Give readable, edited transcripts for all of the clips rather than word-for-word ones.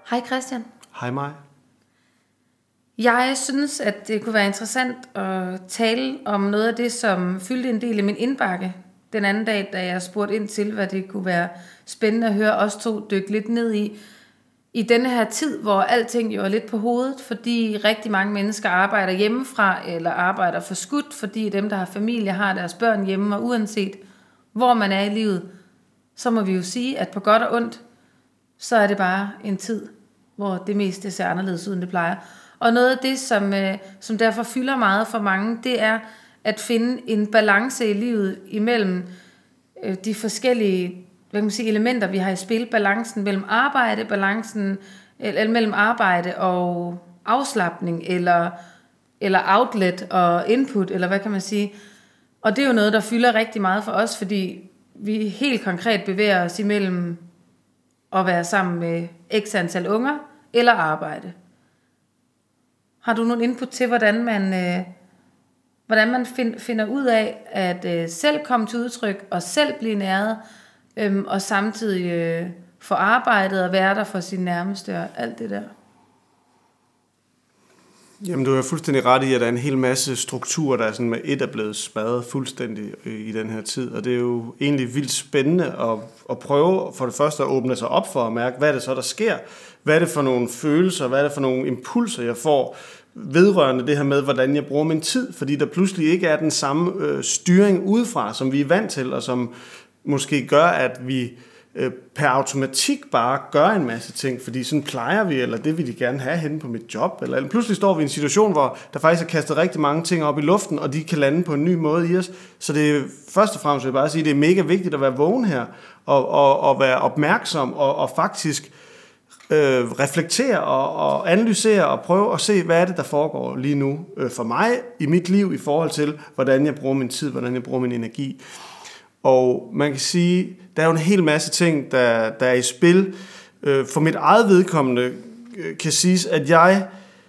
Hej Christian. Hej Maj. Jeg synes, at det kunne være interessant at tale om noget af det, som fyldte en del i min indbakke den anden dag, da jeg spurgte ind til, hvad det kunne være spændende at høre os to dykke lidt ned i denne her tid, hvor alting jo er lidt på hovedet, fordi rigtig mange mennesker arbejder hjemmefra eller arbejder forskudt, fordi dem, der har familie, har deres børn hjemme, og uanset hvor man er i livet, så må vi jo sige, at på godt og ondt, så er det bare en tid, hvor det meste ser anderledes ud, end det plejer. Og noget af det, som derfor fylder meget for mange, det er at finde en balance i livet imellem de forskellige elementer, vi har i spil. Balancen mellem arbejde, eller mellem arbejde og afslapning, eller outlet og input, eller hvad kan man sige. Og det er jo noget, der fylder rigtig meget for os, fordi vi helt konkret bevæger os imellem at være sammen med x antal unger, eller arbejde. Har du nogen input til, hvordan man finder ud af at selv komme til udtryk, og selv blive næret, og samtidig få arbejdet og være der for sin nærmeste og alt det der? Jamen, du er fuldstændig ret i, at der er en hel masse strukturer, der er sådan med et er blevet smadret fuldstændig i den her tid. Og det er jo egentlig vildt spændende at prøve for det første at åbne sig op for at mærke, hvad er det så, der sker? Hvad er det for nogle følelser? Hvad er det for nogle impulser, jeg får vedrørende det her med, hvordan jeg bruger min tid? Fordi der pludselig ikke er den samme styring udefra, som vi er vant til, og som måske gør, at vi per automatik bare gør en masse ting, fordi sådan plejer vi, eller det vil de gerne have henne på mit job, eller pludselig står vi i en situation, hvor der faktisk er kastet rigtig mange ting op i luften, og de kan lande på en ny måde i os. Så det er først og fremmest, vil jeg bare sige, det er mega vigtigt at være vågen her, og være opmærksom, og faktisk reflektere og analysere og prøve at se, hvad er det, der foregår lige nu for mig i mit liv i forhold til, hvordan jeg bruger min tid, hvordan jeg bruger min energi. Og man kan sige, der er jo en hel masse ting, der er i spil. For mit eget vedkommende kan siges, at jeg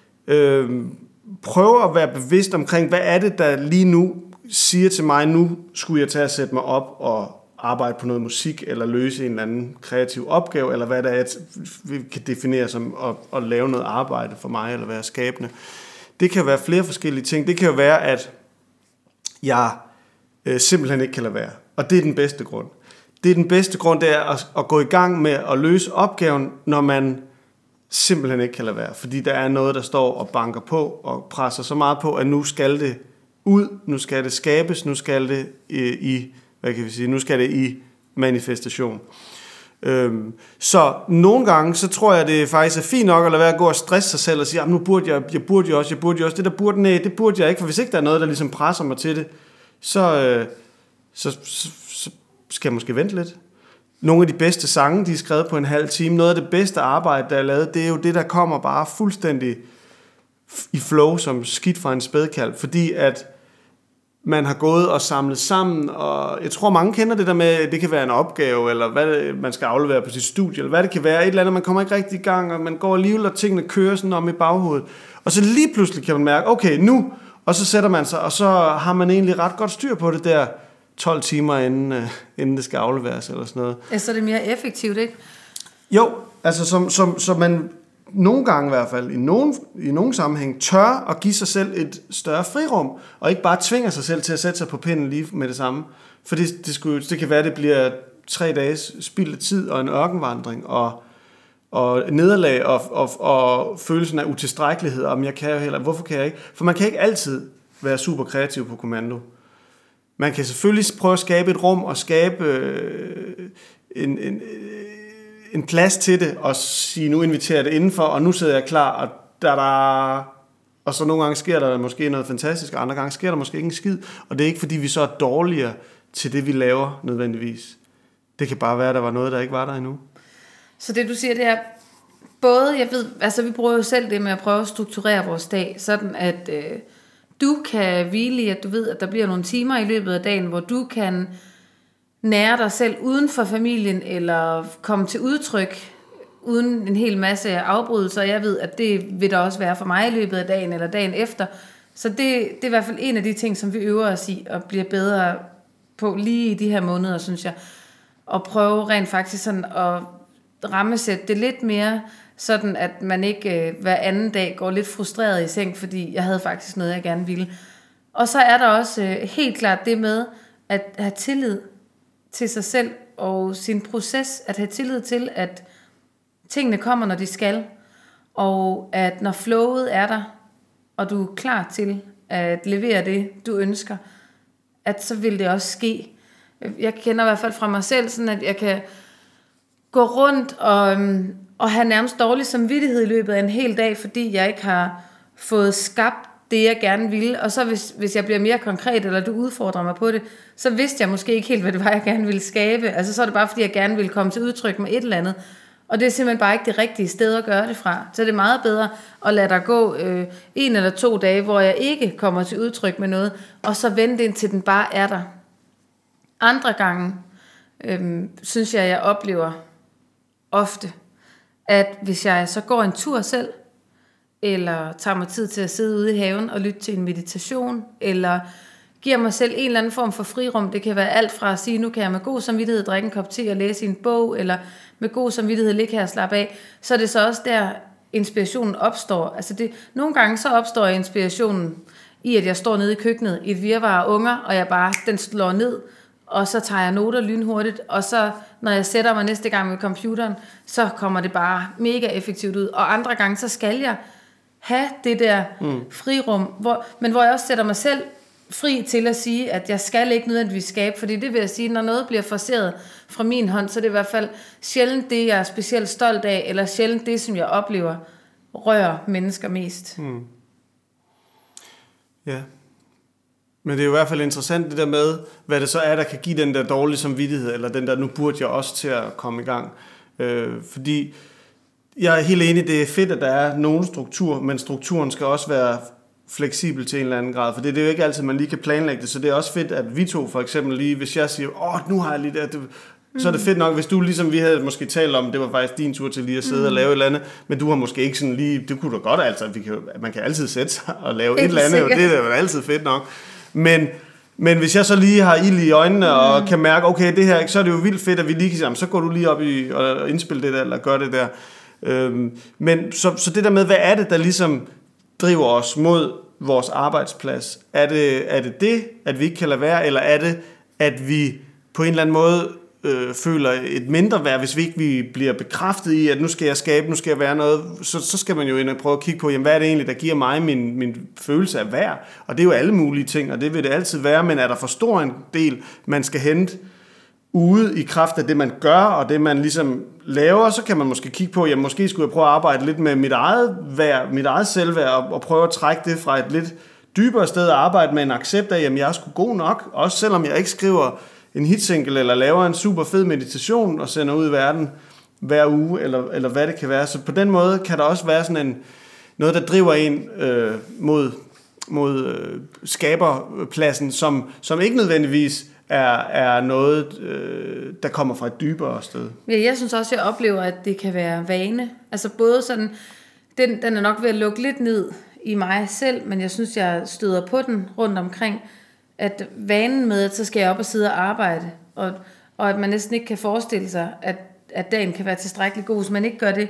prøver at være bevidst omkring, hvad er det, der lige nu siger til mig, nu skulle jeg tage at sætte mig op og arbejde på noget musik, eller løse en eller anden kreativ opgave, eller hvad det er, vi kan definere som at lave noget arbejde for mig, eller være skabende. Det kan være flere forskellige ting. Det kan jo være, at jeg simpelthen ikke kan lade være. Og det er den bedste grund. Det er den bedste grund, det er at gå i gang med at løse opgaven, når man simpelthen ikke kan lade være. Fordi der er noget, der står og banker på og presser så meget på, at nu skal det ud, nu skal det skabes, nu skal det nu skal det i manifestation. Så nogle gange, så tror jeg, det faktisk er fint nok at lade være at gå og stresse sig selv og sige, nu burde jeg burde også, det der burde, nej, det burde jeg ikke, for hvis ikke der er noget, der ligesom presser mig til det, så skal jeg måske vente lidt. Nogle af de bedste sange, de er skrevet på en halv time. Noget af det bedste arbejde, der er lavet, det er jo det, der kommer bare fuldstændig i flow som skidt fra en spædkalv. Fordi at man har gået og samlet sammen, og jeg tror, mange kender det der med, at det kan være en opgave, eller hvad man skal aflevere på sit studie, eller hvad det kan være. Et eller andet, man kommer ikke rigtig i gang, og man går alligevel, og tingene kører sådan om i baghovedet. Og så lige pludselig kan man mærke, okay, nu, og så sætter man sig, og så har man egentlig ret godt styr på det der 12 timer inden det skal afleveres eller sådan noget. Ja, så er det mere effektivt, ikke? Jo, altså som man nogle gange i hvert fald, i nogen sammenhæng, tør at give sig selv et større frirum, og ikke bare tvinger sig selv til at sætte sig på pinden lige med det samme. For det kan være, det bliver 3 dages spild af tid og en ørkenvandring, og nederlag og følelsen af utilstrækkelighed, om jeg kan jo heller, hvorfor kan jeg ikke? For man kan ikke altid være super kreativ på kommando. Man kan selvfølgelig prøve at skabe et rum og skabe en plads til det, og sige, nu inviterer jeg det indenfor, og nu sidder jeg klar, og så nogle gange sker der måske noget fantastisk, og andre gange sker der måske ikke en skid, og det er ikke fordi, vi så er dårligere til det, vi laver nødvendigvis. Det kan bare være, at der var noget, der ikke var der endnu. Så det, du siger, det er både, jeg ved, altså vi bruger jo selv det med at prøve at strukturere vores dag, sådan at du kan hvile i, at du ved, at der bliver nogle timer i løbet af dagen, hvor du kan nære dig selv uden for familien, eller komme til udtryk uden en hel masse afbrydelser. Jeg ved, at det vil der også være for mig i løbet af dagen, eller dagen efter. Så det er i hvert fald en af de ting, som vi øver os i, og bliver bedre på lige i de her måneder, synes jeg. Og prøve rent faktisk sådan at rammesætte det lidt mere, sådan at man ikke hver anden dag går lidt frustreret i seng, fordi jeg havde faktisk noget, jeg gerne ville. Og så er der også helt klart det med at have tillid til sig selv og sin proces, at have tillid til, at tingene kommer, når de skal, og at når flowet er der, og du er klar til at levere det, du ønsker, at så vil det også ske. Jeg kender i hvert fald fra mig selv, sådan at jeg kan gå rundt og have nærmest dårlig samvittighed i løbet af en hel dag, fordi jeg ikke har fået skabt det, jeg gerne ville. Og så hvis jeg bliver mere konkret, eller du udfordrer mig på det, så vidste jeg måske ikke helt, hvad det var, jeg gerne ville skabe. Altså så er det bare, fordi jeg gerne ville komme til udtryk med et eller andet. Og det er simpelthen bare ikke det rigtige sted at gøre det fra. Så det er meget bedre at lade der gå 1 eller 2 dage, hvor jeg ikke kommer til udtryk med noget, og så vente indtil den bare er der. Andre gange synes jeg oplever ofte, at hvis jeg så går en tur selv, eller tager mig tid til at sidde ude i haven og lytte til en meditation, eller giver mig selv en eller anden form for frirum. Det kan være alt fra at sige, nu kan jeg med god samvittighed drikke en kop te og læse en bog, eller med god samvittighed ligge her og slappe af. Så er det så også der, inspirationen opstår. Altså nogle gange så opstår inspirationen i, at jeg står nede i køkkenet i et virvar af unger, og den slår ned, og så tager jeg noter lynhurtigt, og så når jeg sætter mig næste gang med computeren, så kommer det bare mega effektivt ud. Og andre gange, så skal jeg have det der frirum, hvor jeg også sætter mig selv fri til at sige, at jeg skal ikke nødvendigvis skabe, fordi det vil jeg sige, når noget bliver forceret fra min hånd, så det er i hvert fald sjældent det, jeg er specielt stolt af, eller sjældent det, som jeg oplever, rører mennesker mest. Ja. Men det er jo i hvert fald interessant det der med, hvad det så er, der kan give den der dårlige samvittighed, eller den der, nu burde jeg også til at komme i gang. Fordi jeg er helt enig, det er fedt, at der er nogen struktur, men strukturen skal også være fleksibel til en eller anden grad, for det er jo ikke altid, man lige kan planlægge det, så det er også fedt, at vi to for eksempel lige, hvis jeg siger, nu har jeg lige det, så er det fedt nok, hvis du ligesom vi havde måske talt om, det var faktisk din tur til lige at sidde og lave et eller andet, men du har måske ikke sådan lige, det kunne du godt altså, man kan altid sætte sig og lave et eller andet, og det er jo altid fedt nok, men hvis jeg så lige har ild i øjnene og kan mærke, okay, det her, så er det jo vildt fedt, at vi lige kan sige, så går du lige op i og indspille det der, eller gør det der. Men så det der med, hvad er det, der ligesom driver os mod vores arbejdsplads? Er det, at vi ikke kan lade være, eller er det, at vi på en eller anden måde føler et mindre værd, hvis vi ikke bliver bekræftet i, at nu skal jeg skabe, nu skal jeg være noget, så skal man jo ind og prøve at kigge på, jamen, hvad er det egentlig, der giver mig min følelse af værd? Og det er jo alle mulige ting, og det vil det altid være, men er der for stor en del, man skal hente ude i kraft af det, man gør, og det, man ligesom laver, så kan man måske kigge på, jamen måske skulle jeg prøve at arbejde lidt med mit eget værd, mit eget selvværd, og prøve at trække det fra et lidt dybere sted og arbejde med en accept af, jamen jeg er sgu god nok, også selvom jeg ikke skriver en hitsingle, eller laver en super fed meditation, og sender ud i verden hver uge, eller hvad det kan være. Så på den måde kan der også være sådan noget, der driver en mod skaberpladsen, som ikke nødvendigvis er noget, der kommer fra et dybere sted. Ja, jeg synes også, jeg oplever, at det kan være vane. Altså både sådan, den er nok ved at lukke lidt ned i mig selv, men jeg synes, jeg støder på den rundt omkring, at vanen med, at så skal jeg op og sidde og arbejde, og at man næsten ikke kan forestille sig, at dagen kan være tilstrækkelig god, hvis man ikke gør det.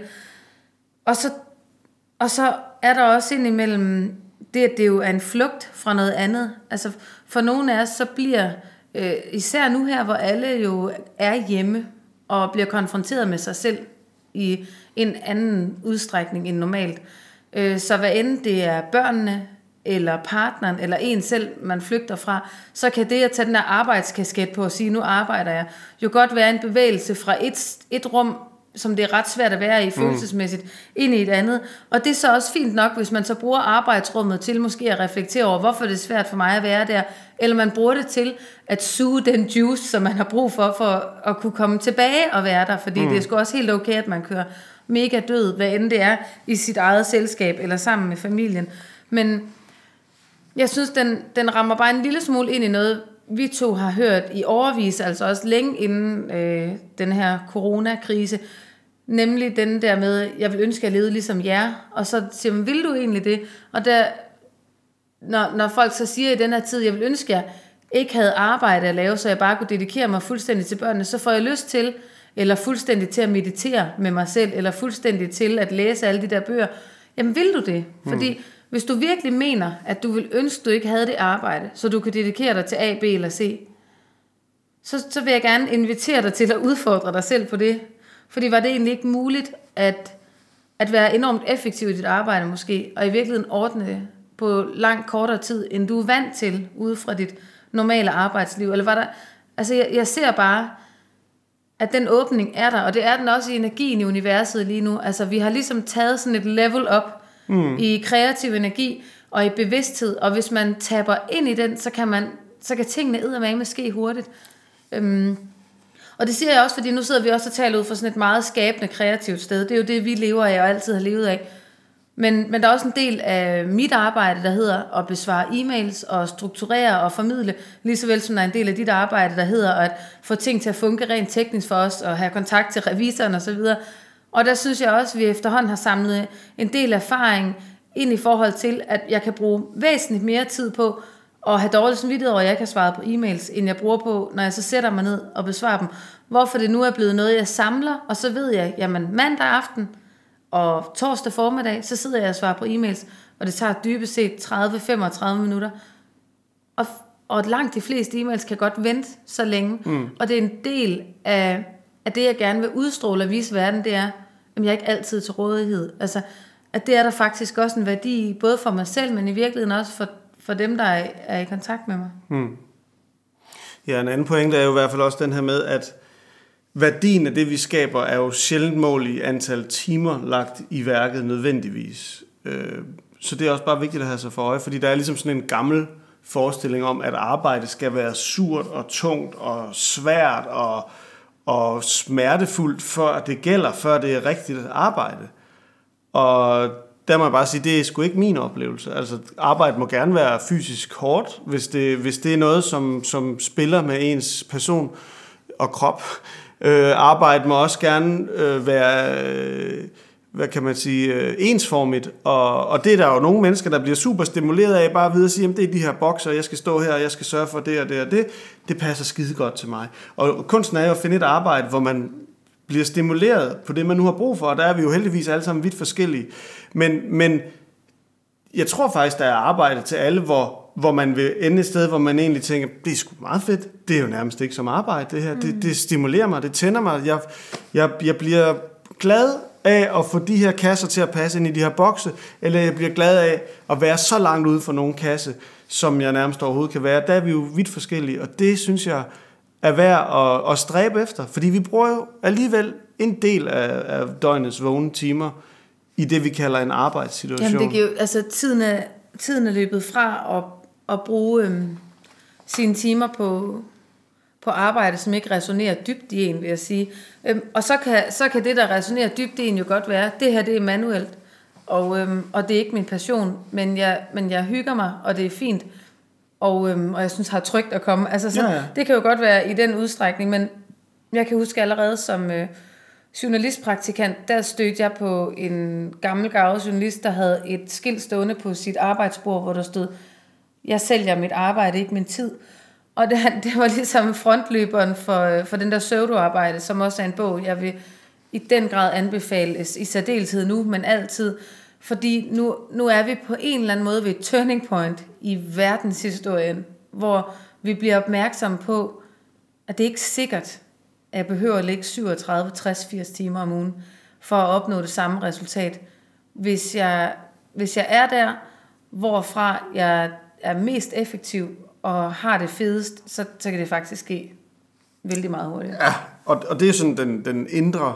Og så er der også indimellem det, at det jo er en flugt fra noget andet. Altså for nogle af os, så bliver især nu her, hvor alle jo er hjemme og bliver konfronteret med sig selv i en anden udstrækning end normalt. Så hvad end det er børnene, eller partneren, eller en selv, man flygter fra, så kan det at tage den der arbejdskasket på og sige, nu arbejder jeg, jo godt være en bevægelse fra et rum, som det er ret svært at være i følelsesmæssigt, ind i et andet. Og det er så også fint nok, hvis man så bruger arbejdsrummet til måske at reflektere over, hvorfor det er svært for mig at være der, eller man bruger det til at suge den juice, som man har brug for at kunne komme tilbage og være der, fordi det er sgu også helt okay, at man kører mega død, hvad end det er, i sit eget selskab, eller sammen med familien. Men jeg synes, den rammer bare en lille smule ind i noget, vi to har hørt i årevis, altså også længe inden den her coronakrise, nemlig den der med, jeg vil ønske, at jeg levede ligesom jer, og så siger man, vil du egentlig det? Og der, når folk så siger i den her tid, jeg vil ønske, at jeg ikke havde arbejde at lave, så jeg bare kunne dedikere mig fuldstændig til børnene, så får jeg lyst til, eller fuldstændig til at meditere med mig selv, eller fuldstændig til at læse alle de der bøger, jamen vil du det? Fordi hvis du virkelig mener, at du vil ønske, du ikke havde det arbejde, så du kan dedikere dig til A, B eller C, så vil jeg gerne invitere dig til at udfordre dig selv på det. Fordi var det egentlig ikke muligt at være enormt effektiv i dit arbejde måske, og i virkeligheden ordne det på langt kortere tid, end du er vant til, ude fra dit normale arbejdsliv? Eller var der, altså jeg ser bare, at den åbning er der, og det er den også i energien i universet lige nu. Altså vi har ligesom taget sådan et level up i kreativ energi og i bevidsthed, og hvis man tapper ind i den, så kan tingene eddermame ske hurtigt. Og det siger jeg også, fordi nu sidder vi også og taler ud fra sådan et meget skabende, kreativt sted. Det er jo det, vi lever af og altid har levet af. Men der er også en del af mit arbejde, der hedder at besvare e-mails og strukturere og formidle, lige så vel som der er en del af dit arbejde, der hedder at få ting til at funke rent teknisk for os, og have kontakt til revisoren osv. Og der synes jeg også, at vi efterhånden har samlet en del erfaring ind i forhold til, at jeg kan bruge væsentligt mere tid på at have dårlig samvittighed over, at jeg ikke har svaret på e-mails, end jeg bruger på, når jeg så sætter mig ned og besvarer dem. Hvorfor det nu er blevet noget, jeg samler, og så ved jeg, jamen mandag aften og torsdag formiddag, så sidder jeg og svarer på e-mails, og det tager dybest set 30-35 minutter. Og langt de fleste e-mails kan godt vente så længe. Og det er en del af det, jeg gerne vil udstråle og vise verden, det er, at jeg er ikke altid til rådighed. Altså, at det er der faktisk også en værdi, både for mig selv, men i virkeligheden også for dem, der er i kontakt med mig. Ja, en anden pointe er jo i hvert fald også den her med, at værdien af det, vi skaber, er jo sjældent mål i antal timer lagt i værket nødvendigvis. Så det er også bare vigtigt at have sig for øje, fordi der er ligesom sådan en gammel forestilling om, at arbejde skal være surt og tungt og svært og smertefuldt, før det gælder, før det er rigtigt at arbejde. Og der må jeg bare sige, det er sgu ikke min oplevelse. Altså, arbejde må gerne være fysisk hårdt, hvis det er noget, som spiller med ens person og krop. Arbejde må også gerne være, hvad kan man sige, ensformigt. Og det er der jo nogle mennesker, der bliver super stimuleret af, bare ved at sige, at det er de her bokser, jeg skal stå her, og jeg skal sørge for det og det og det. Det passer skide godt til mig. Og kunsten er jo at finde et arbejde, hvor man bliver stimuleret på det, man nu har brug for, og der er vi jo heldigvis alle sammen vidt forskellige. Men jeg tror faktisk, der er arbejde til alle, hvor man vil ende et sted, hvor man egentlig tænker, det er sgu meget fedt, det er jo nærmest ikke som arbejde, det her. Det stimulerer mig, det tænder mig, jeg bliver glad af at få de her kasser til at passe ind i de her bokse, eller jeg bliver glad af at være så langt ude for nogle kasse, som jeg nærmest overhovedet kan være. Der er vi jo vidt forskellige, og det synes jeg er værd at stræbe efter, fordi vi bruger jo alligevel en del af døgnets vågne timer i det, vi kalder en arbejdssituation. Jamen det giver jo, altså tiden er løbet fra at bruge sine timer på arbejde, som ikke resonerer dybt i en, vil jeg sige. Og så kan det, der resonerer dybt i en, jo godt være, det her det er manuelt, og det er ikke min passion, men jeg hygger mig, og det er fint, og jeg synes, har trygt at komme. Altså, så, ja. Det kan jo godt være i den udstrækning, men jeg kan huske allerede som journalistpraktikant, der stødte jeg på en gammel gavet journalist, der havde et skilt stående på sit arbejdsbord, hvor der stod, jeg sælger mit arbejde, ikke min tid. Og det var ligesom frontløberen for den der pseudoarbejde, som også er en bog, jeg vil i den grad anbefales, i særdeleshed nu, men altid. Fordi nu er vi på en eller anden måde ved et turning point i verdenshistorien, hvor vi bliver opmærksomme på, at det ikke er sikkert, at jeg behøver at lægge 37, 60, 80 timer om ugen, for at opnå det samme resultat. Hvis jeg er der, hvorfra jeg er mest effektiv og har det fedest, så kan det faktisk ske vældig meget hurtigt. Ja, og det er sådan den indre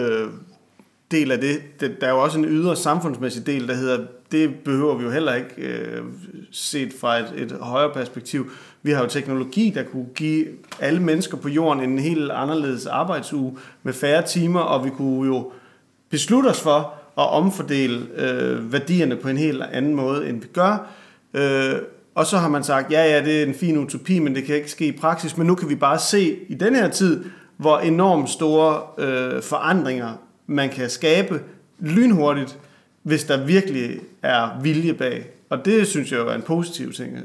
del af det. Der er jo også en ydre samfundsmæssig del, der hedder, det behøver vi jo heller ikke set fra et højere perspektiv. Vi har jo teknologi, der kunne give alle mennesker på jorden en helt anderledes arbejdsuge med færre timer, og vi kunne jo beslutte os for at omfordele værdierne på en helt anden måde, end vi gør. Og så har man sagt, ja, det er en fin utopi, men det kan ikke ske i praksis. Men nu kan vi bare se i den her tid, hvor enormt store forandringer man kan skabe lynhurtigt, hvis der virkelig er vilje bag. Og det synes jeg jo er en positiv ting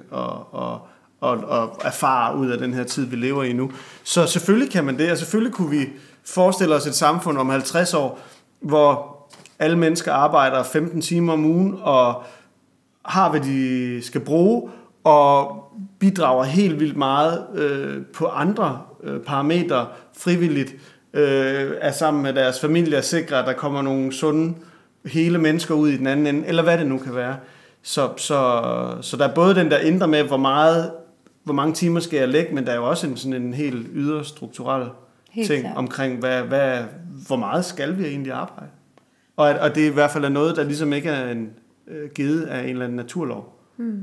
at erfare ud af den her tid, vi lever i nu. Så selvfølgelig kan man det, og selvfølgelig kunne vi forestiller os et samfund om 50 år, hvor alle mennesker arbejder 15 timer om ugen, og har, hvad de skal bruge, og bidrager helt vildt meget på andre parametre frivilligt, er sammen med deres familie og sikrer, at der kommer nogle sunde, hele mennesker ud i den anden ende, eller hvad det nu kan være. Så der er både den der indre med, hvor mange timer skal jeg lægge, men der er jo også sådan en helt ydre strukturel ting omkring, hvor meget skal vi egentlig arbejde. Og det i hvert fald er noget, der ligesom ikke er givet af en eller anden naturlov.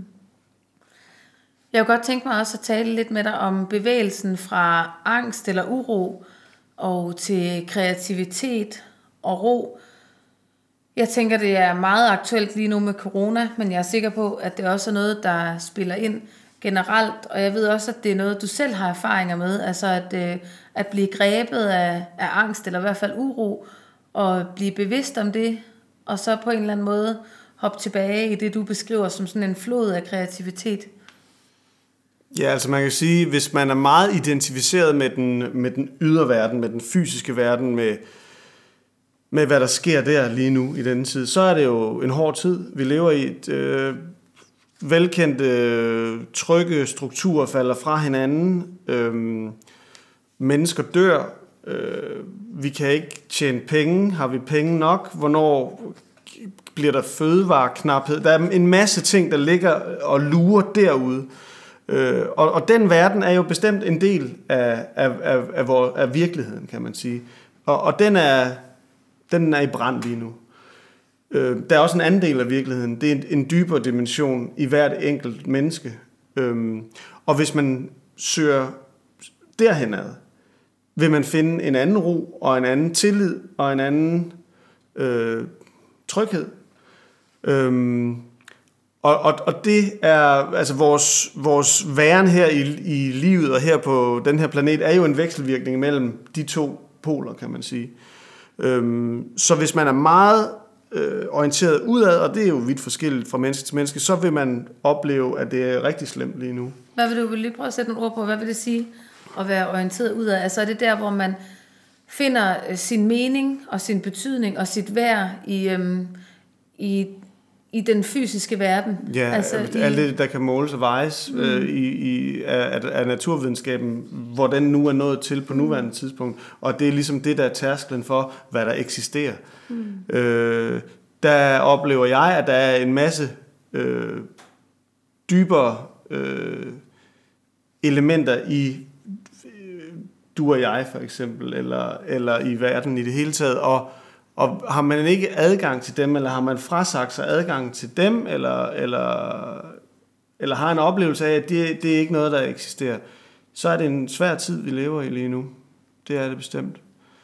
Jeg kunne godt tænke mig også at tale lidt med dig om bevægelsen fra angst eller uro og til kreativitet og ro. Jeg tænker, det er meget aktuelt lige nu med corona, men jeg er sikker på, at det også er noget, der spiller ind generelt. Og jeg ved også, at det er noget, du selv har erfaringer med. Altså at blive grebet af angst eller i hvert fald uro og blive bevidst om det, og så på en eller anden måde hoppe tilbage i det, du beskriver som sådan en flod af kreativitet. Ja, altså man kan sige, hvis man er meget identificeret med den ydre verden, med den fysiske verden, med hvad der sker der lige nu i denne tid, så er det jo en hård tid. Vi lever i et velkendte trygge strukturer falder fra hinanden. Mennesker dør. Vi kan ikke tjene penge. Har vi penge nok? Hvornår bliver der fødevareknaphed? Der er en masse ting, der ligger og lurer derude. Og den verden er jo bestemt en del af virkeligheden, kan man sige. Og den er i brand lige nu. Der er også en anden del af virkeligheden. Det er en dybere dimension i hvert enkelt menneske. Og hvis man søger derhenad, vil man finde en anden ro og en anden tillid og en anden tryghed. Og det er altså vores væren her i livet og her på den her planet er jo en vekselvirkning mellem de to poler, kan man sige. Så hvis man er meget orienteret udad, og det er jo vidt forskelligt fra menneske til menneske, så vil man opleve, at det er rigtig slemt lige nu. Hvad vil du lige prøve at sætte nogle ord på? Hvad vil det sige at være orienteret udad? Altså er det der, hvor man finder sin mening og sin betydning og sit værd i den fysiske verden? Ja, altså alt det, der kan måles og vejes af naturvidenskaben, hvor den nu er nået til på nuværende tidspunkt. Og det er ligesom det, der er tærsklen for, hvad der eksisterer. Der oplever jeg, at der er en masse dybere elementer i du og jeg for eksempel, eller i verden i det hele taget, og har man ikke adgang til dem, eller har man frasagt sig adgang til dem, eller har en oplevelse af, at det er ikke noget, der eksisterer, så er det en svær tid, vi lever i lige nu. Det er det bestemt.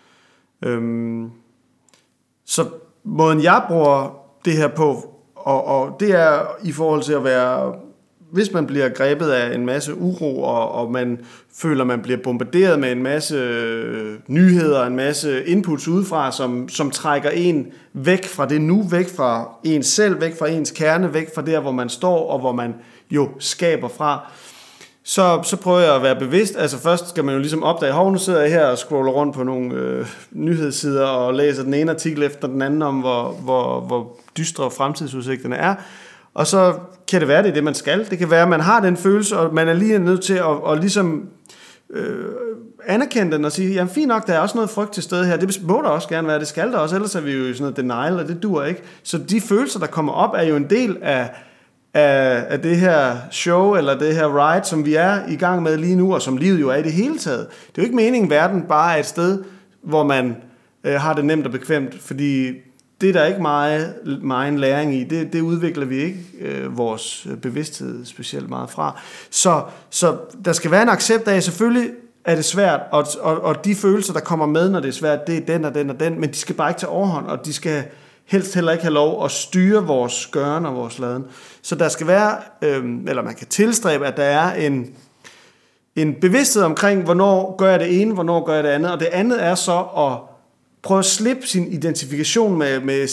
Så måden jeg bruger det her på, og det er i forhold til at være, hvis man bliver grebet af en masse uro, og man føler, man bliver bombarderet med en masse nyheder, en masse inputs udefra, som trækker en væk fra det nu, væk fra ens selv, væk fra ens kerne, væk fra der, hvor man står, og hvor man jo skaber fra, så prøver jeg at være bevidst. Altså først skal man jo ligesom opdage, nu sidder jeg her og scroller rundt på nogle nyhedssider, og læser den ene artikel efter den anden om, hvor dystre fremtidsudsigterne er. Og så kan det være, det er det, man skal. Det kan være, at man har den følelse, og man er lige nødt til at ligesom anerkende den og sige, jamen fint nok, der er også noget frygt til stede her. Det må der også gerne være, det skal der også, ellers er vi jo i sådan noget denial, og det duer ikke. Så de følelser, der kommer op, er jo en del af det her show, eller det her ride, som vi er i gang med lige nu, og som livet jo er i det hele taget. Det er jo ikke meningen, at verden bare er et sted, hvor man har det nemt og bekvemt, fordi det er der ikke meget læring i. Det udvikler vi ikke vores bevidsthed specielt meget fra. Så der skal være en accept af, selvfølgelig er det svært, og de følelser, der kommer med, når det er svært, det er den og den og den, men de skal bare ikke tage overhånd, og de skal helst heller ikke have lov at styre vores gøren og vores laden. Så der skal være, eller man kan tilstræbe, at der er en bevidsthed omkring, hvornår gør jeg det ene, hvornår gør jeg det andet, og det andet er så at prøve at slippe sin identifikation med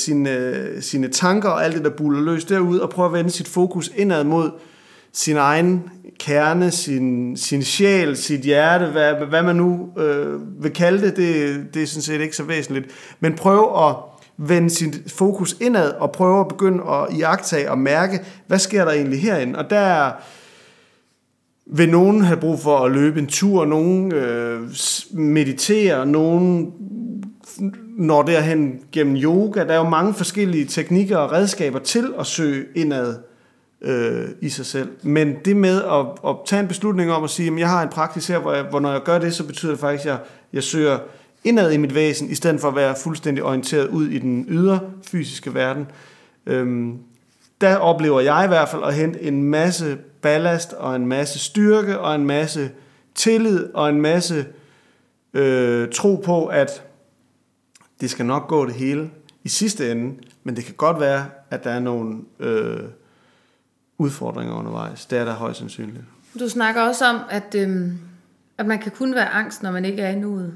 sine tanker og alt det, der buller løs derude, og prøve at vende sit fokus indad mod sin egen kerne, sin sjæl, sit hjerte, hvad man nu vil kalde det er sådan set ikke så væsentligt. Men prøv at vende sit fokus indad, og prøve at begynde at iagttage og mærke, hvad sker der egentlig herinde? Og der vil nogen have brug for at løbe en tur, nogen meditere, nogen når derhen gennem yoga. Der er jo mange forskellige teknikker og redskaber til at søge indad i sig selv. Men det med at tage en beslutning om at sige, at jeg har en praksis her, hvor når jeg gør det, så betyder det faktisk, at jeg søger indad i mit væsen, i stedet for at være fuldstændig orienteret ud i den ydre fysiske verden. Der oplever jeg i hvert fald at hente en masse ballast og en masse styrke og en masse tillid og en masse tro på, at det skal nok gå det hele i sidste ende, men det kan godt være, at der er nogle udfordringer undervejs. Det er der højst sandsynligt. Du snakker også om, at man kan kun være angst, når man ikke er i nuet.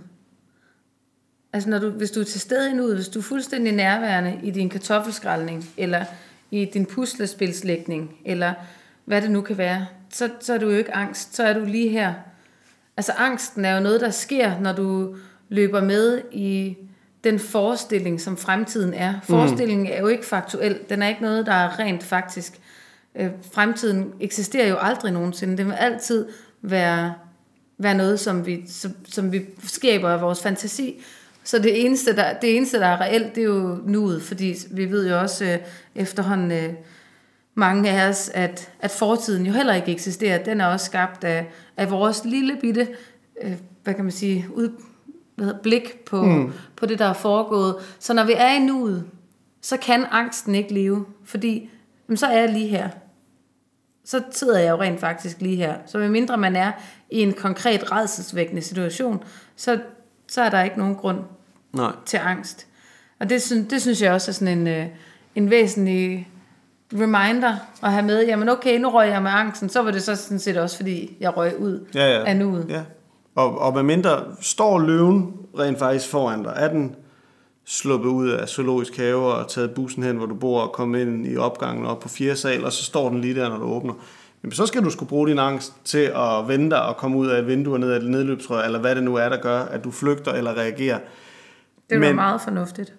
Altså hvis du er til stede i nuet, hvis du er fuldstændig nærværende i din kartoffelskraldning, eller i din puslespilslægning, eller hvad det nu kan være, så er du jo ikke angst, så er du lige her. Altså angsten er jo noget, der sker, når du løber med i den forestilling, som fremtiden er. Forestillingen er jo ikke faktuel, den er ikke noget, der er rent faktisk. Fremtiden eksisterer jo aldrig nogensinde, det vil altid være noget, som vi skaber af vores fantasi. Så det eneste, der er reelt, det er jo nuet, fordi vi ved jo også efterhånden mange af os, at fortiden jo heller ikke eksisterer. Den er også skabt af vores lille bitte, hvad kan man sige, blik på det, der er foregået. Så når vi er i nuet, så kan angsten ikke leve, fordi så er jeg lige her. Så sidder jeg jo rent faktisk lige her. Så medmindre man er i en konkret rædselsvækkende situation, så er der ikke nogen grund til angst. Og det synes jeg også er sådan en væsentlig reminder at have med. Jamen okay, nu røg jeg med angsten, så var det så sådan set også, fordi jeg røg ud af nuet. Ja. Og medmindre står løven rent faktisk foran dig, er den sluppet ud af zoologisk have og taget bussen hen, hvor du bor, og kommet ind i opgangen op på 4. sal, og så står den lige der, når du åbner. Men så skal du skulle bruge din angst til at vende dig og komme ud af et vindue og ned af et nedløbsrør, eller hvad det nu er, der gør, at du flygter eller reagerer. Det er meget fornuftigt.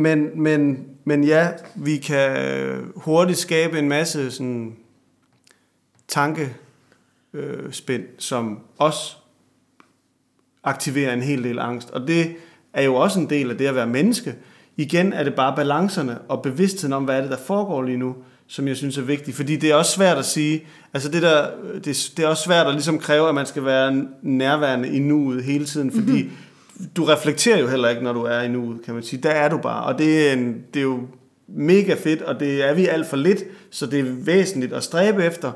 Men ja, vi kan hurtigt skabe en masse sådan tankespind, som også aktiverer en hel del angst. Og det er jo også en del af det at være menneske. Igen er det bare balancerne og bevidstheden om, hvad er det, der foregår lige nu, som jeg synes er vigtigt. Fordi det er også svært at sige, altså det er også svært at ligesom kræve, at man skal være nærværende i nuet hele tiden, fordi du reflekterer jo heller ikke, når du er i nuet, kan man sige. Der er du bare, og det er jo mega fedt, og det er vi alt for lidt, så det er væsentligt at stræbe efter,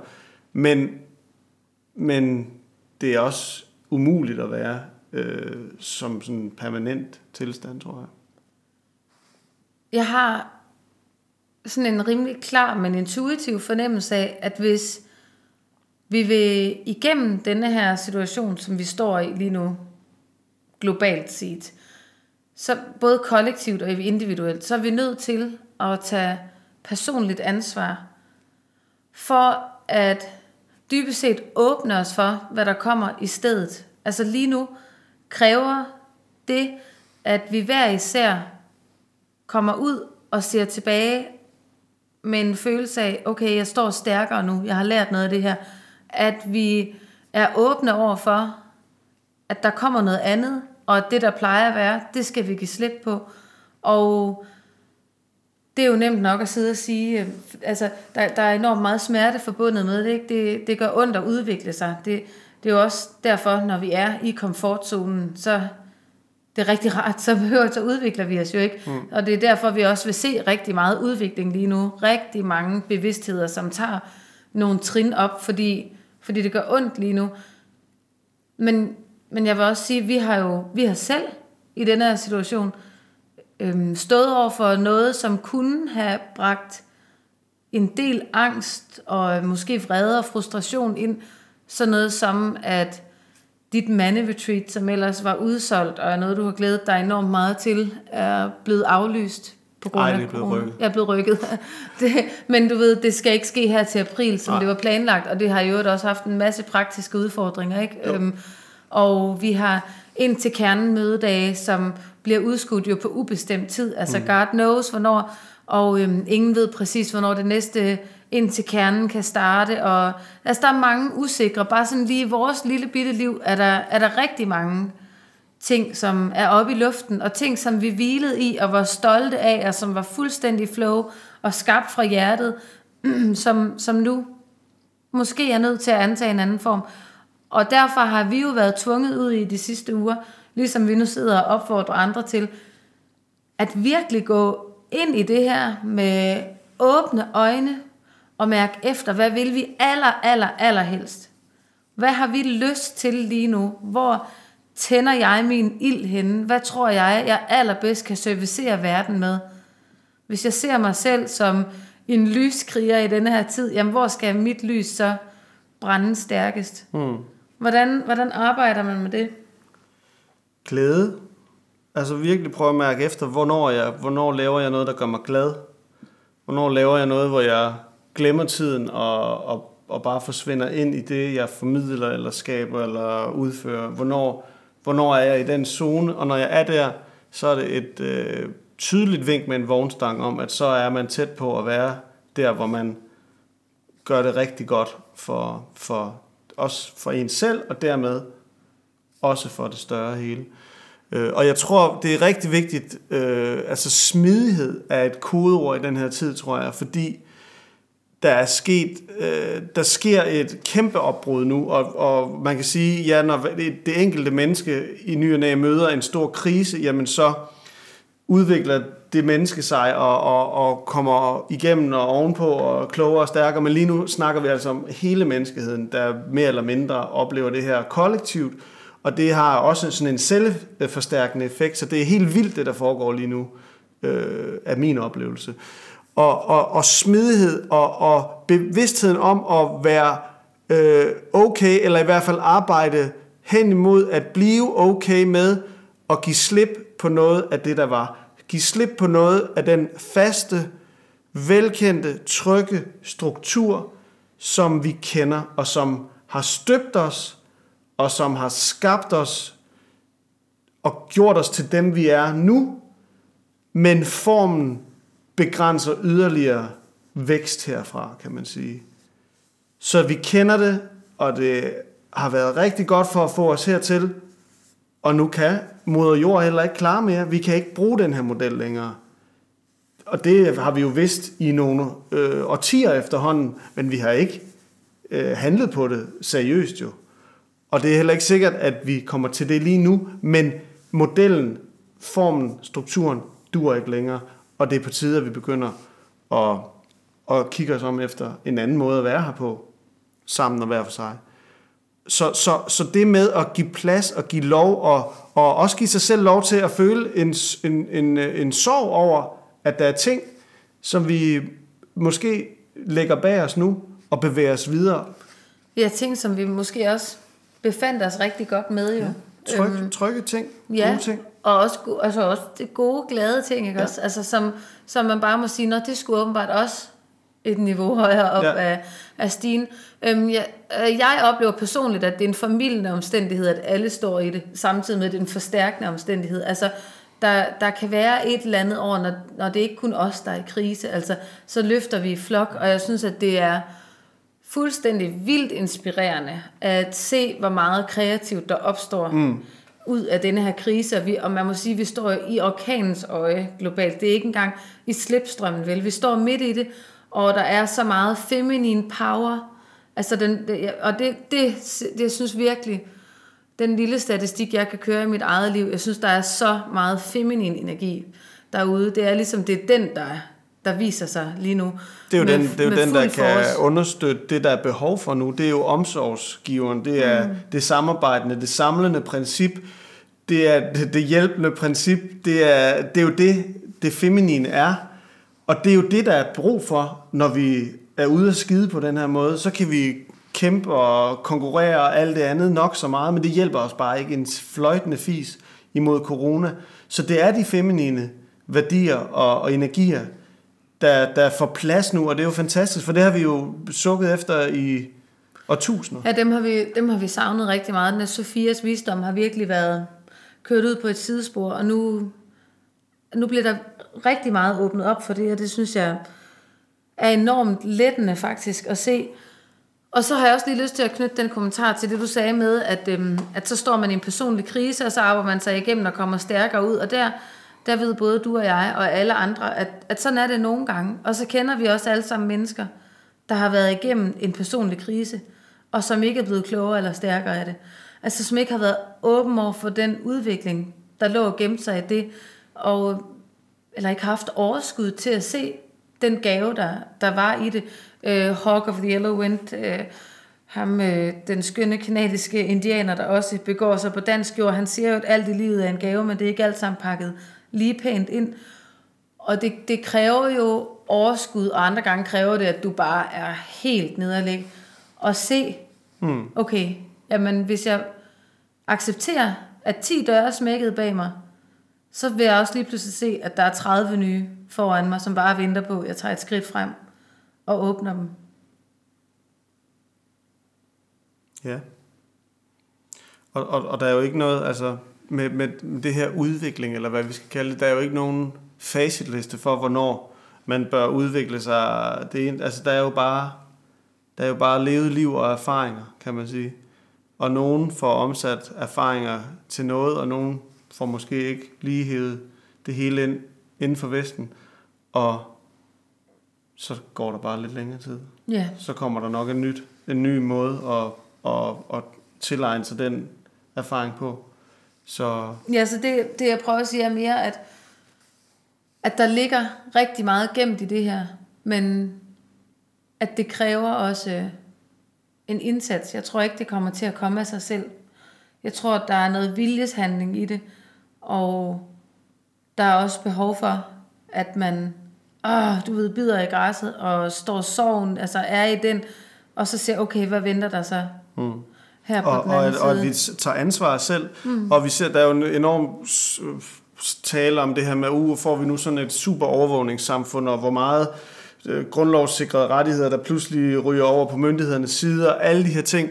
men det er også umuligt at være som sådan en permanent tilstand, tror jeg. Jeg har sådan en rimelig klar, men intuitiv fornemmelse af, at hvis vi vil igennem denne her situation, som vi står i lige nu, globalt set, så både kollektivt og individuelt, så er vi nødt til at tage personligt ansvar for at dybest set åbne os for, hvad der kommer i stedet. Altså lige nu kræver det, at vi hver især kommer ud og ser tilbage med en følelse af, okay, jeg står stærkere nu, jeg har lært noget af det her, at vi er åbne over for, at der kommer noget andet, og at det, der plejer at være, det skal vi give slip på. Og det er jo nemt nok at sidde og sige, altså, der er enormt meget smerte forbundet med det, ikke? Det gør ondt at udvikle sig. Det er jo også derfor, når vi er i komfortzonen, så det er rigtig rart, så udvikler vi os jo ikke. Og det er derfor, vi også vil se rigtig meget udvikling lige nu. Rigtig mange bevidstheder, som tager nogle trin op, fordi det gør ondt lige nu. Men jeg vil også sige, at vi har selv i denne her situation stået over for noget, som kunne have bragt en del angst og måske vrede og frustration ind. Sådan noget som, at dit manderetreat, som ellers var udsolgt, og er noget, du har glædet dig enormt meget til, er blevet aflyst på grund af det er blevet corona. rykket. Jeg er blevet rykket. Men du ved, det skal ikke ske her til april, som det var planlagt, og det har jo også haft en masse praktiske udfordringer, ikke? Og vi har ind til kernen mødedage, som bliver udskudt jo på ubestemt tid, altså God knows hvornår, og ingen ved præcis, hvornår det næste ind til kernen kan starte, og altså der er mange usikre, bare sådan lige i vores lille bitte liv, er der rigtig mange ting, som er oppe i luften, og ting, som vi hvilede i, og var stolte af, og som var fuldstændig flow, og skabt fra hjertet, som nu måske er nødt til at antage en anden form. Og derfor har vi jo været tvunget ud i de sidste uger, ligesom vi nu sidder og opfordrer andre til, at virkelig gå ind i det her med åbne øjne, og mærke efter, hvad vil vi allerhelst? Hvad har vi lyst til lige nu? Hvor tænder jeg min ild henne? Hvad tror jeg allerbedst kan servicere verden med? Hvis jeg ser mig selv som en lyskriger i denne her tid, jamen hvor skal mit lys så brænde stærkest? Hvordan arbejder man med det? Glæde. Altså virkelig prøve at mærke efter, hvornår laver jeg noget, der gør mig glad? Hvornår laver jeg noget, hvor jeg glemmer tiden og bare forsvinder ind i det, jeg formidler eller skaber eller udfører? Hvornår er jeg i den zone? Og når jeg er der, så er det et tydeligt vink med en vognstang om, at så er man tæt på at være der, hvor man gør det rigtig godt også for en selv, og dermed også for det større hele. Og jeg tror, det er rigtig vigtigt, altså smidighed er et kodeord i den her tid, tror jeg, fordi der sker et kæmpe opbrud nu, og man kan sige, ja, når det enkelte menneske i ny og næ møder en stor krise, jamen så udvikler det menneske sig og kommer igennem og ovenpå og klogere og stærkere, men lige nu snakker vi altså om hele menneskeheden, der mere eller mindre oplever det her kollektivt, og det har også sådan en selvforstærkende effekt, så det er helt vildt, det der foregår lige nu, af min oplevelse. Og smidighed og bevidstheden om at være okay, eller i hvert fald arbejde hen imod at blive okay med at give slip på noget af det, der var. Give slip på noget af den faste, velkendte, trygge struktur, som vi kender, og som har støbt os, og som har skabt os, og gjort os til dem, vi er nu, men formen begrænser yderligere vækst herfra, kan man sige. Så vi kender det, og det har været rigtig godt for at få os hertil, og nu kan moder jord heller ikke klare mere. Vi kan ikke bruge den her model længere. Og det har vi jo vidst i nogle årtier efterhånden, men vi har ikke handlet på det seriøst jo. Og det er heller ikke sikkert, at vi kommer til det lige nu, men modellen, formen, strukturen duer ikke længere, og det er på tide, at vi begynder at kigge os om efter en anden måde at være her på, sammen og hver for sig. Så det med at give plads og give lov, og også give sig selv lov til at føle en sorg over, at der er ting, som vi måske lægger bag os nu, og bevæger os videre. Ja, ting, som vi måske også befandt os rigtig godt med, jo. Ja. Trygge ting, gode ting. Og også det gode, glade ting, ikke også? Altså, som man bare må sige, det skulle åbenbart også et niveau højere op af stigen. Jeg oplever personligt, at det er en formildende omstændighed, at alle står i det, samtidig med, at det er en forstærkende omstændighed. Altså, der kan være et eller andet over, når det ikke kun os, der er i krise. Altså, så løfter vi i flok, og jeg synes, at det er fuldstændig vildt inspirerende at se, hvor meget kreativt der opstår ud af denne her krise. Og man må sige, at vi står i orkanens øje globalt. Det er ikke engang i slipstrømmen, vel? Vi står midt i det, og der er så meget feminin power. Altså det synes virkelig, den lille statistik, jeg kan køre i mit eget liv, jeg synes, der er så meget feminin energi derude. Det er ligesom, det er den, der viser sig lige nu. Det er jo den, der kan understøtte det, der er behov for nu. Det er jo omsorgsgiveren, det er det samarbejdende, det samlende princip, det er det hjælpende princip, det er jo det feminine er. Og det er jo det, der er brug for, når vi er ude at skide på den her måde. Så kan vi kæmpe og konkurrere og alt det andet nok så meget, men det hjælper os bare ikke en fløjtende fis imod corona. Så det er de feminine værdier og energier, der får plads nu, og det er jo fantastisk, for det har vi jo sukket efter i årtusinder. Ja, dem har vi savnet rigtig meget. Den Sofias visdom har virkelig været kørt ud på et sidespor, og nu bliver der rigtig meget åbnet op for det, og det synes jeg er enormt lettende faktisk at se. Og så har jeg også lige lyst til at knytte den kommentar til det, du sagde med, at så står man i en personlig krise, og så arbejder man sig igennem og kommer stærkere ud, og der ved både du og jeg og alle andre, at sådan er det nogle gange. Og så kender vi også alle sammen mennesker, der har været igennem en personlig krise, og som ikke er blevet klogere eller stærkere af det. Altså som ikke har været åben over for den udvikling, der lå og gemte sig i det, eller ikke haft overskud til at se den gave, der var i det. Hawk of the Yellow Wind, den skønne kanadiske indianer, der også begår sig på dansk jord, han siger jo, at alt i livet er en gave, men det er ikke alt sammen pakket lige pænt ind. Og det kræver jo overskud, og andre gange kræver det, at du bare er helt nederlig og se, okay, jamen hvis jeg accepterer, at 10 døre er smækket bag mig, så vil jeg også lige pludselig se, at der er 30 nye foran mig, som bare venter på, at jeg tager et skridt frem og åbner dem. Ja. Og der er jo ikke noget, altså med det her udvikling, eller hvad vi skal kalde det, der er jo ikke nogen facitliste for, hvornår man bør udvikle sig. Altså der er jo bare levet liv og erfaringer, kan man sige. Og nogen får omsat erfaringer til noget, og nogen får måske ikke lige hævet det hele ind inden for Vesten. Og så går der bare lidt længere tid. Yeah. Så kommer der nok en ny måde at tilegne sig den erfaring på. Så det jeg prøver at sige er mere, at der ligger rigtig meget gemt i det her, men at det kræver også en indsats. Jeg tror ikke, det kommer til at komme af sig selv. Jeg tror, at der er noget viljeshandling i det, og der er også behov for, at man bider i græsset og står sorgen, altså er i den, og så ser, okay, hvad venter der så her på den anden side? Og at vi tager ansvar selv, og vi ser, der er jo en enorm tale om det her med, får vi nu sådan et super overvågningssamfund, og hvor meget grundlovssikrede rettigheder, der pludselig ryger over på myndighedernes side, og alle de her ting.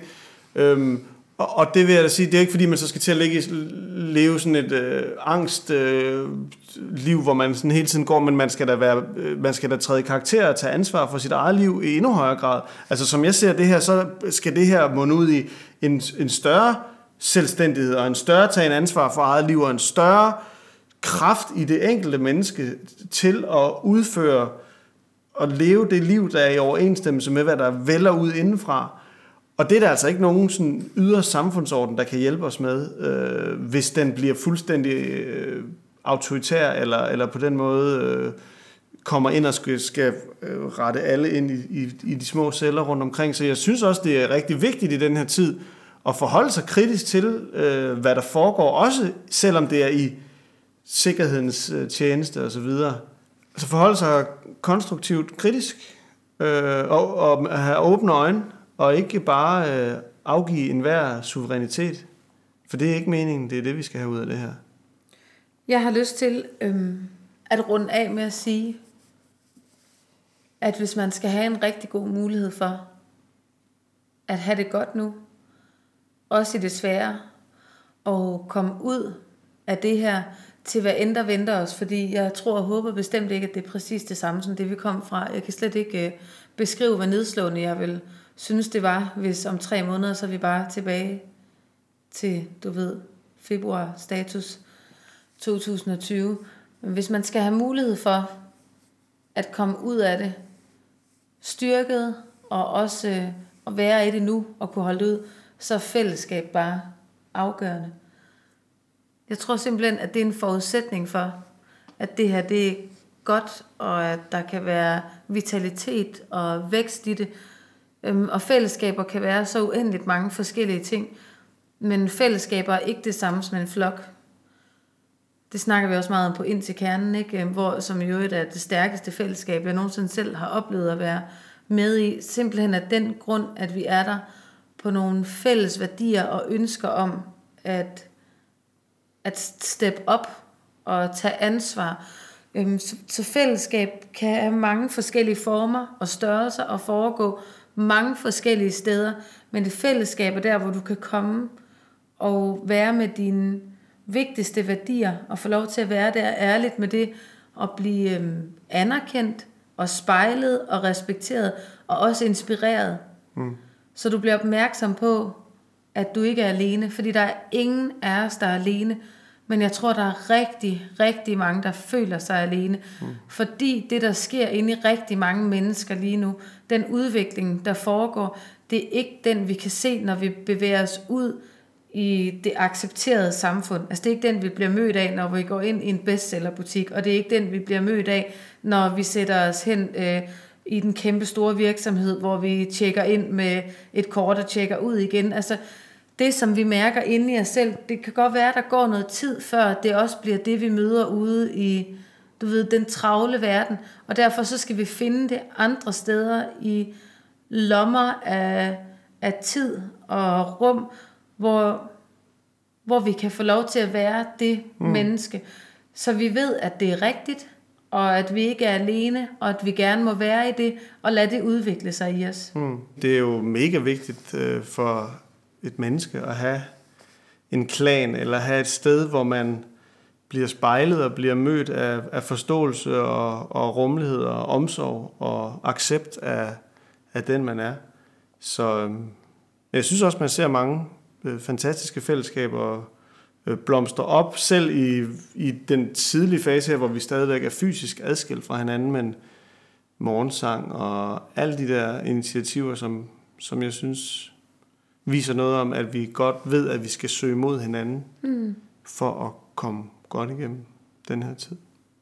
Og det vil jeg da sige, det er ikke fordi, man så skal til at leve sådan et angstliv, hvor man sådan hele tiden går, men man skal da træde i karakter og tage ansvar for sit eget liv i endnu højere grad. Altså som jeg ser det her, så skal det her munde ud i en større selvstændighed, og en større tagen ansvar for eget liv, og en større kraft i det enkelte menneske til at udføre og leve det liv, der er i overensstemmelse med, hvad der vælger ud indenfra. Og det er der altså ikke nogen sådan ydre samfundsorden, der kan hjælpe os med, hvis den bliver fuldstændig autoritær, eller på den måde kommer ind og skal rette alle ind i de små celler rundt omkring. Så jeg synes også, det er rigtig vigtigt i den her tid at forholde sig kritisk til, hvad der foregår, også selvom det er i sikkerhedens tjeneste osv. Altså forholde sig konstruktivt kritisk, og have åbne øjne, og ikke bare afgive enhver suverænitet. For det er ikke meningen, det er det, vi skal have ud af det her. Jeg har lyst til at runde af med at sige, at hvis man skal have en rigtig god mulighed for at have det godt nu, også i det svære, og komme ud af det her til hvad end der venter os, fordi jeg tror og håber bestemt ikke, at det er præcis det samme som det, vi kom fra. Jeg kan slet ikke beskrive, hvad nedslående jeg vil synes, det var, hvis om 3 måneder, så er vi bare tilbage til, februar status 2020. Men hvis man skal have mulighed for at komme ud af det styrket, og også at være i det nu, og kunne holde ud, så er fællesskab bare afgørende. Jeg tror simpelthen, at det er en forudsætning for, at det her det er godt, og at der kan være vitalitet og vækst i det. Og fællesskaber kan være så uendeligt mange forskellige ting, men fællesskaber er ikke det samme som en flok. Det snakker vi også meget om på Ind til Kernen, ikke? Som i øvrigt er det stærkeste fællesskab, jeg nogensinde selv har oplevet at være med i. Simpelthen af den grund, at vi er der på nogle fælles værdier og ønsker om at steppe op og tage ansvar. Så fællesskab kan have mange forskellige former og størrelser og foregå mange forskellige steder. Men det fællesskab er der, hvor du kan komme og være med dine vigtigste værdier og få lov til at være der ærligt med det og blive anerkendt og spejlet og respekteret og også inspireret. Så du bliver opmærksom på, at du ikke er alene, fordi der er ingen af os, der er alene. Men jeg tror, der er rigtig, rigtig mange, der føler sig alene. Fordi det, der sker inde i rigtig mange mennesker lige nu, den udvikling, der foregår, det er ikke den, vi kan se, når vi bevæger os ud i det accepterede samfund. Altså det er ikke den, vi bliver mødt af, når vi går ind i en bestsellerbutik, og det er ikke den, vi bliver mødt af, når vi sætter os hen i den kæmpe store virksomhed, hvor vi tjekker ind med et kort og tjekker ud igen. Altså det, som vi mærker inde i os selv, det kan godt være, at der går noget tid, før det også bliver det, vi møder ude i, du ved, den travle verden. Og derfor så skal vi finde det andre steder i lommer af tid og rum, hvor vi kan få lov til at være det menneske. Så vi ved, at det er rigtigt, og at vi ikke er alene, og at vi gerne må være i det, og lade det udvikle sig i os. Det er jo mega vigtigt for et menneske at have en klan, eller have et sted, hvor man bliver spejlet og bliver mødt af forståelse og rummelighed og omsorg og accept af den, man er. Så jeg synes også, man ser mange fantastiske fællesskaber blomstre op, selv i den tidlige fase her, hvor vi stadigvæk er fysisk adskilt fra hinanden, men morgensang og alle de der initiativer, som jeg synes viser noget om, at vi godt ved, at vi skal søge mod hinanden for at komme godt igennem den her tid.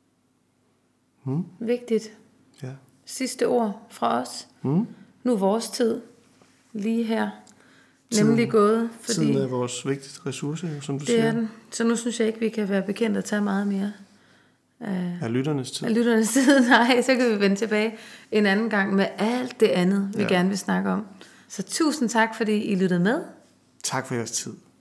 Vigtigt. Ja. Sidste ord fra os. Nu er vores tid lige her. Nemlig gået. Fordi tiden er vores vigtigste ressource, som du siger. Det er den. Så nu synes jeg ikke, vi kan være bekendt at tage meget mere af lytternes tid. Af lytternes tid, nej. Så kan vi vende tilbage en anden gang med alt det andet, vi gerne vil snakke om. Så tusind tak, fordi I lyttede med. Tak for jeres tid.